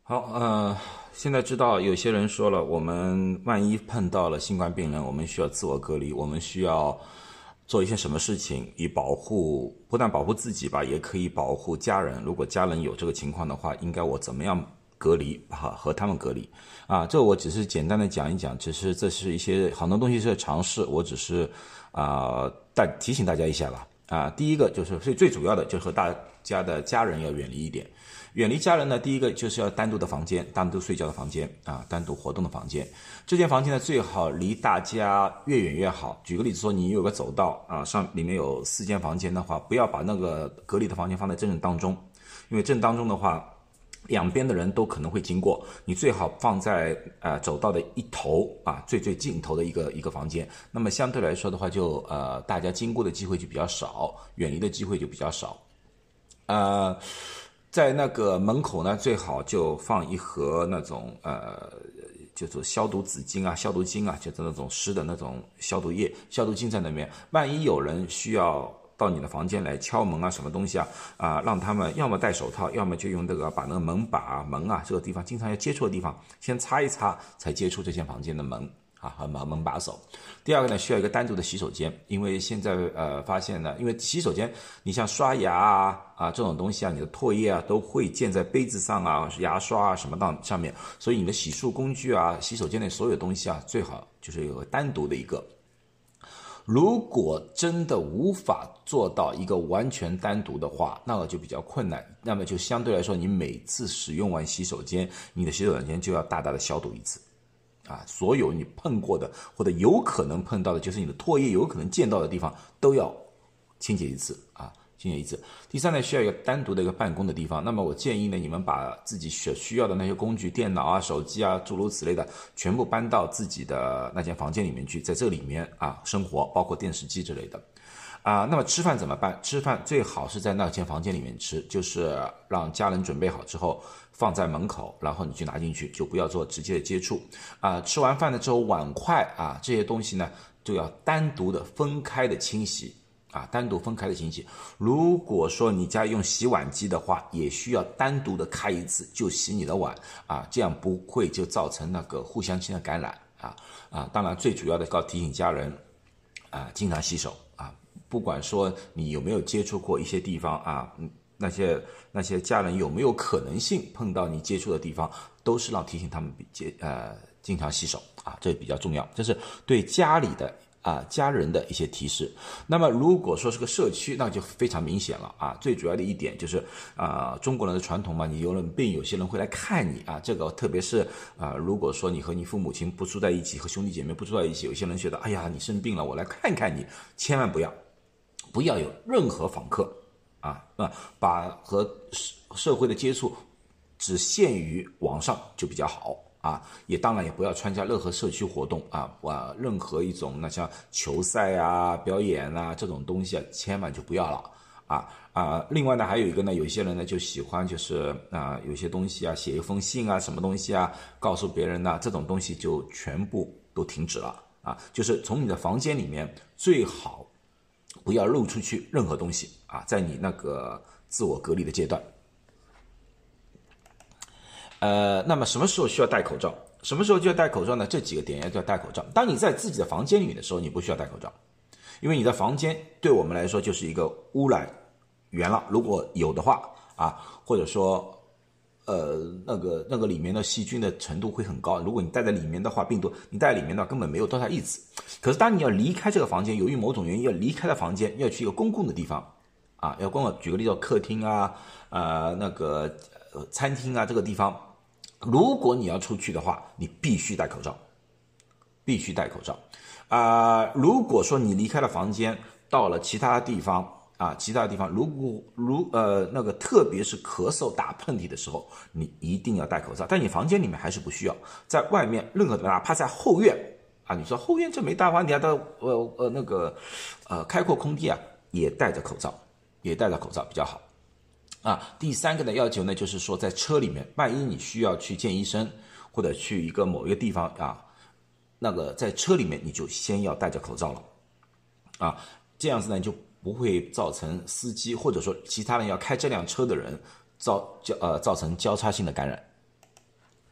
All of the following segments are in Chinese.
好，现在知道有些人说了，我们万一碰到了新冠病人，我们需要自我隔离，我们需要做一些什么事情，以保护，不但保护自己吧，也可以保护家人。如果家人有这个情况的话，应该我怎么样隔离和他们隔离？这我只是简单的讲一讲，只是这是一些很多东西是尝试，我只是提醒大家一下吧。第一个就是最主要的，就是和大家的家人要远离一点。远离家人呢，第一个就是要单独的房间，单独睡觉的房间单独活动的房间。这间房间呢，最好离大家越远越好。举个例子说，你有个走道里面有4间房间的话，不要把那个隔离的房间放在正当中，因为正当中的话，两边的人都可能会经过，你最好放在走道的一头最尽头的一个房间。那么相对来说的话就，大家经过的机会就比较少，远离的机会就比较少。在那个门口呢，最好就放一盒那种就是消毒纸巾消毒巾就是那种湿的那种消毒液、消毒巾在那边。万一有人需要到你的房间来敲门什么东西让他们要么戴手套，要么就用这个把那个门把这个地方经常要接触的地方先擦一擦，才接触这间房间的门和门把手。第二个呢，需要一个单独的洗手间，因为现在发现呢，因为洗手间你像刷牙这种东西你的唾液都会溅在杯子上牙刷什么上面，所以你的洗漱工具洗手间的所有东西最好就是有个单独的一个。如果真的无法做到一个完全单独的话，那个就比较困难。那么就相对来说，你每次使用完洗手间，你的洗手间就要大大的消毒一次。所有你碰过的或者有可能碰到的，就是你的唾液有可能溅到的地方，都要清洁一次清洁一次。第三呢，需要一个单独的一个办公的地方。那么我建议呢，你们把自己需要的那些工具，电脑手机诸如此类的，全部搬到自己的那间房间里面去，在这里面生活，包括电视机之类的。那么吃饭怎么办？吃饭最好是在那间房间里面吃，就是让家人准备好之后放在门口，然后你去拿进去，就不要做直接的接触。吃完饭了之后，碗筷这些东西呢，就要单独的分开的清洗单独分开的清洗。如果说你家用洗碗机的话，也需要单独的开一次就洗你的碗这样不会就造成那个互相性的感染当然最主要的要提醒家人经常洗手不管说你有没有接触过一些地方那些家人有没有可能性碰到你接触的地方，都是让提醒他们经常洗手这比较重要。这是对家里的家人的一些提示。那么如果说是个社区，那就非常明显了最主要的一点就是中国人的传统嘛，你有了病，有些人会来看你这个特别是如果说你和你父母亲不住在一起，和兄弟姐妹不住在一起，有些人觉得哎呀你生病了，我来看看你，千万不要有任何访客把和社会的接触只限于网上就比较好也当然也不要参加任何社区活动任何一种那像球赛表演这种东西千万就不要了另外呢，还有一个呢，有一些人呢就喜欢就是有些东西写一封信什么东西告诉别人这种东西就全部都停止了就是从你的房间里面最好不要露出去任何东西在你那个自我隔离的阶段。那么什么时候需要戴口罩？什么时候就要戴口罩呢？这几个点要戴口罩。当你在自己的房间里面的时候，你不需要戴口罩，因为你的房间对我们来说就是一个污染源了。如果有的话或者说那个里面的细菌的程度会很高。如果你待在里面的话，病毒你待在里面的话根本没有多少意思。可是当你要离开这个房间，由于某种原因要离开了房间，要去一个公共的地方要公共，举个例子，客厅那个餐厅这个地方，如果你要出去的话，你必须戴口罩，必须戴口罩如果说你离开了房间，到了其他地方那个特别是咳嗽打喷嚏的时候，你一定要戴口罩。但你房间里面还是不需要，在外面任何哪怕在后院你说后院这没大房底下的那个开阔空地也戴着口罩比较好第三个的要求呢，就是说在车里面，万一你需要去见医生或者去某一个地方那个在车里面你就先要戴着口罩了这样子呢就不会造成司机或者说其他人要开这辆车的人造成交叉性的感染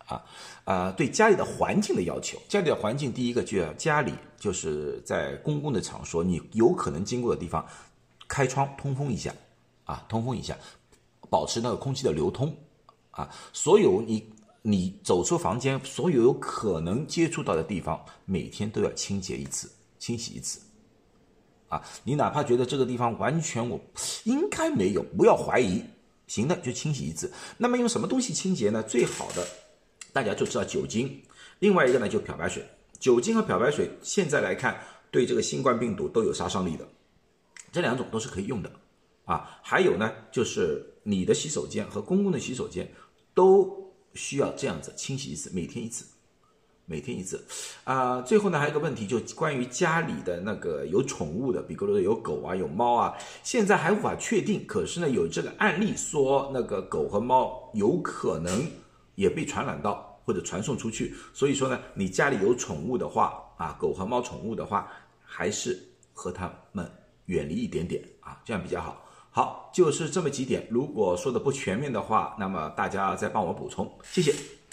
对家里的环境的要求，家里的环境第一个就要家里就是在公共的场所，你有可能经过的地方，开窗通风一下，通风一下，保持那个空气的流通，所有你走出房间，所有有可能接触到的地方，每天都要清洁一次，清洗一次。你哪怕觉得这个地方完全我应该没有，不要怀疑，行的就清洗一次。那么用什么东西清洁呢？最好的大家就知道酒精，另外一个呢就漂白水。酒精和漂白水现在来看对这个新冠病毒都有杀伤力的，这两种都是可以用的还有呢就是你的洗手间和公共的洗手间都需要这样子清洗一次，每天一次。最后呢还有一个问题，就关于家里的那个有宠物的，比如说有狗有猫现在还无法确定，可是呢有这个案例说那个狗和猫有可能也被传染到或者传送出去，所以说呢你家里有宠物的话狗和猫宠物的话，还是和它们远离一点点这样比较好。好，就是这么几点，如果说的不全面的话，那么大家再帮我补充，谢谢。